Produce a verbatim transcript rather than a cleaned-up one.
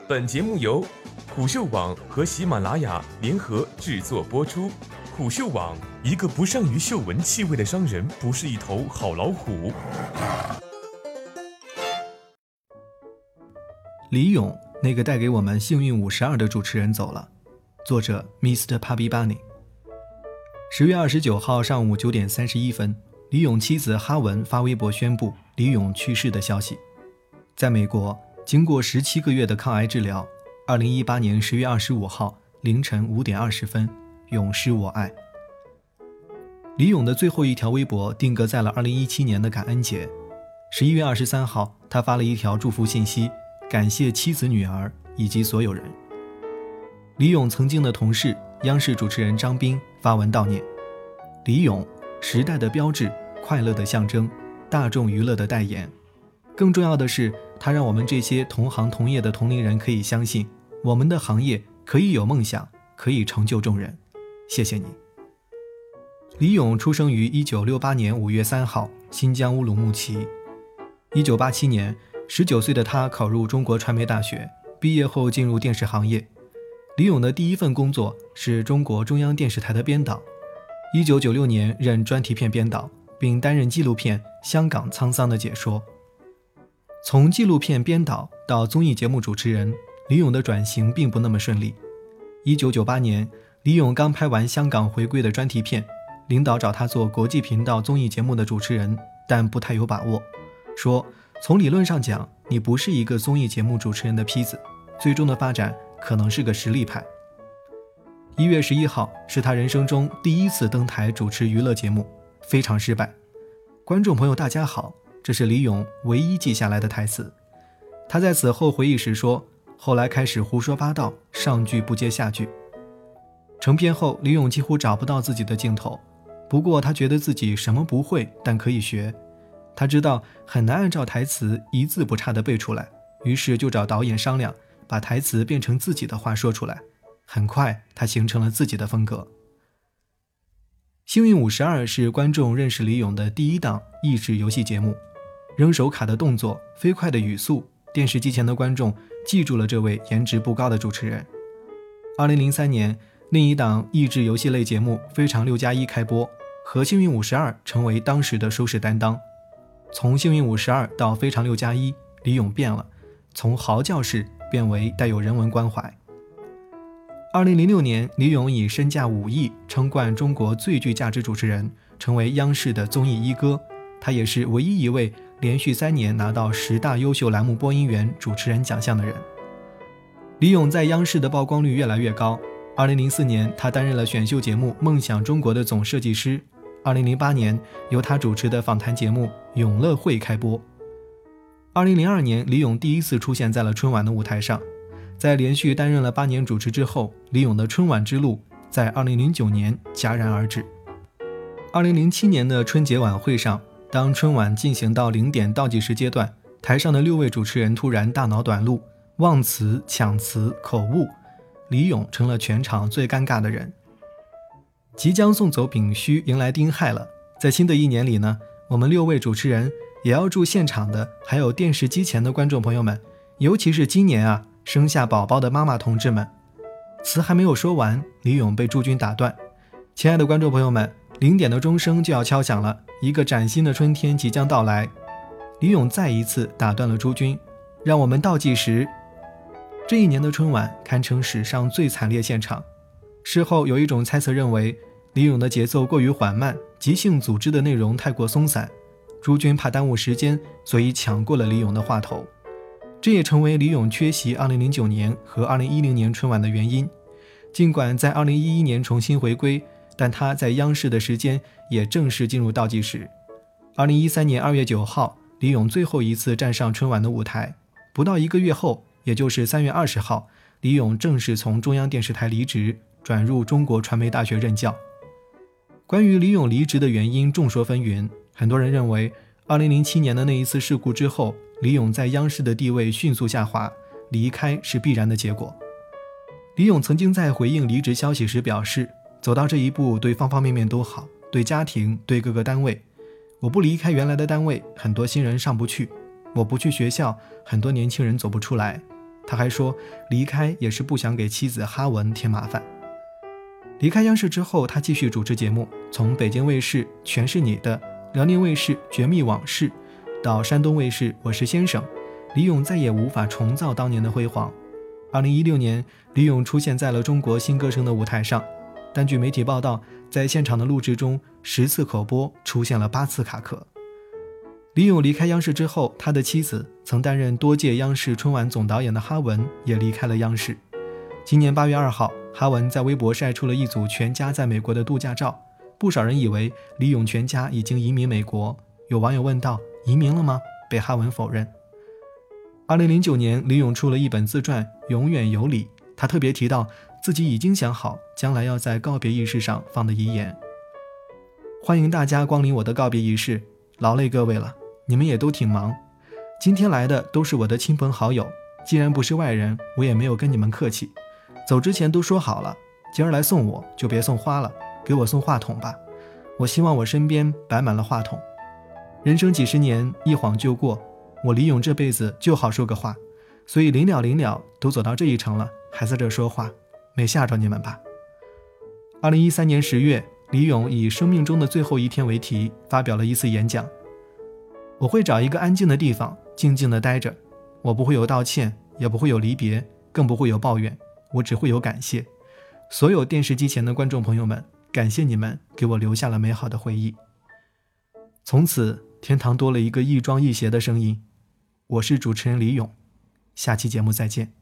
本节目由虎嗅网和喜马拉雅联合制作播出。虎嗅网：一个不善于嗅闻气味的商人不是一头好老虎。 李咏，那个带给我们幸运五十二的主持人走了。作者 mister Puppy Bunny。 十月二十九号上午九点三十一分，李咏妻子哈文发微博宣布李咏去世的消息。在美国，经过十七个月的抗癌治疗，二零一八年十月二十五号凌晨五点二十分，永失我爱。李咏的最后一条微博定格在了二零一七年的感恩节。十一月二十三号，他发了一条祝福信息，感谢妻子、女儿以及所有人。李咏曾经的同事央视主持人张斌发文悼念。李咏，时代的标志，快乐的象征，大众娱乐的代言。更重要的是，他让我们这些同行同业的同龄人可以相信，我们的行业可以有梦想，可以成就众人。谢谢你。李咏出生于一九六八年五月三号，新疆乌鲁木齐。一九八七年，十九岁的他考入中国传媒大学，毕业后进入电视行业。李咏的第一份工作是中国中央电视台的编导。一九九六年任专题片编导，并担任纪录片《香港沧桑的解说》。从纪录片编导到综艺节目主持人，李咏的转型并不那么顺利。一九九八年，李咏刚拍完香港回归的专题片，领导找他做国际频道综艺节目的主持人，但不太有把握，说从理论上讲，你不是一个综艺节目主持人的坯子，最终的发展可能是个实力派。一月十一号是他人生中第一次登台主持娱乐节目，非常失败。观众朋友大家好，这是李咏唯一记下来的台词。他在此后回忆时说，后来开始胡说八道，上句不接下句。成片后，李咏几乎找不到自己的镜头，不过他觉得自己什么不会，但可以学。他知道很难按照台词一字不差地背出来，于是就找导演商量，把台词变成自己的话说出来。很快他形成了自己的风格。幸运五十二是观众认识李咏的第一档益智游戏节目，扔手卡的动作，飞快的语速，电视机前的观众记住了这位颜值不高的主持人。二零零三年，另一档益智游戏类节目《非常六加一》开播，和幸运五十二成为当时的收视担当。从幸运五十二到非常六加一，李咏变了，从嚎叫式变为带有人文关怀。二零零六年，李咏以身价五亿称冠中国最具价值主持人，成为央视的综艺一哥。他也是唯一一位连续三年拿到十大优秀栏目播音员主持人奖项的人。李咏在央视的曝光率越来越高。二零零四年，他担任了选秀节目《梦想中国》的总设计师。二零零八年，由他主持的访谈节目《永乐会》开播。二零零二年，李咏第一次出现在了春晚的舞台上。在连续担任了八年主持之后，李咏的春晚之路在二零零九年戛然而止。二零零七年的春节晚会上，当春晚进行到零点倒计时阶段，台上的六位主持人突然大脑短路，忘词、抢词、口误，李咏成了全场最尴尬的人。即将送走丙戌，迎来丁亥了，在新的一年里呢，我们六位主持人也要祝现场的还有电视机前的观众朋友们，尤其是今年啊生下宝宝的妈妈同志们。词还没有说完，李咏被朱军打断。亲爱的观众朋友们，零点的钟声就要敲响了，一个崭新的春天即将到来。李咏再一次打断了朱军，让我们倒计时。这一年的春晚堪称史上最惨烈现场。事后有一种猜测认为，李咏的节奏过于缓慢，即兴组织的内容太过松散，朱军怕耽误时间，所以抢过了李咏的话头。这也成为李咏缺席二零零九年和二零一零年春晚的原因。尽管在二零一一年重新回归，但他在央视的时间也正式进入倒计时。二零一三年二月九号，李咏最后一次站上春晚的舞台。不到一个月后，也就是三月二十号，李咏正式从中央电视台离职，转入中国传媒大学任教。关于李咏离职的原因众说纷纭，很多人认为二零零七年的那一次事故之后，李咏在央视的地位迅速下滑，离开是必然的结果。李咏曾经在回应离职消息时表示，走到这一步对方方面面都好，对家庭，对各个单位。我不离开原来的单位，很多新人上不去；我不去学校，很多年轻人走不出来。 他还说离开也是不想给妻子哈文添麻烦。离开央视之后，他继续主持节目，从北京卫视《全是你的》、辽宁卫视《绝密往事》到山东卫视《我是先生》，李咏再也无法重造当年的辉煌。二零一六年，李咏出现在了中国新歌声的舞台上，但据媒体报道，在现场的录制中，十次口播出现了八次卡壳。李咏离开央视之后，他的妻子曾担任多届央视春晚总导演的哈文也离开了央视。今年八月二号，哈文在微博晒出了一组全家在美国的度假照，不少人以为李咏全家已经移民美国，有网友问道：移民了吗？被哈文否认。二零零九年，李咏出了一本自传《永远有你》，他特别提到自己已经想好将来要在告别仪式上放的遗言：欢迎大家光临我的告别仪式，劳累各位了，你们也都挺忙，今天来的都是我的亲朋好友，既然不是外人，我也没有跟你们客气，走之前都说好了，今儿来送我就别送花了，给我送话筒吧，我希望我身边摆满了话筒。人生几十年，一晃就过，我李咏这辈子就好说个话，所以临了临了，都走到这一程了，还在这说话，没吓着你们吧。二零一三年十月，李咏以生命中的最后一天为题，发表了一次演讲。我会找一个安静的地方，静静地待着，我不会有道歉，也不会有离别，更不会有抱怨，我只会有感谢。所有电视机前的观众朋友们，感谢你们给我留下了美好的回忆。从此，天堂多了一个亦庄亦谐的声音。我是主持人李咏，下期节目再见。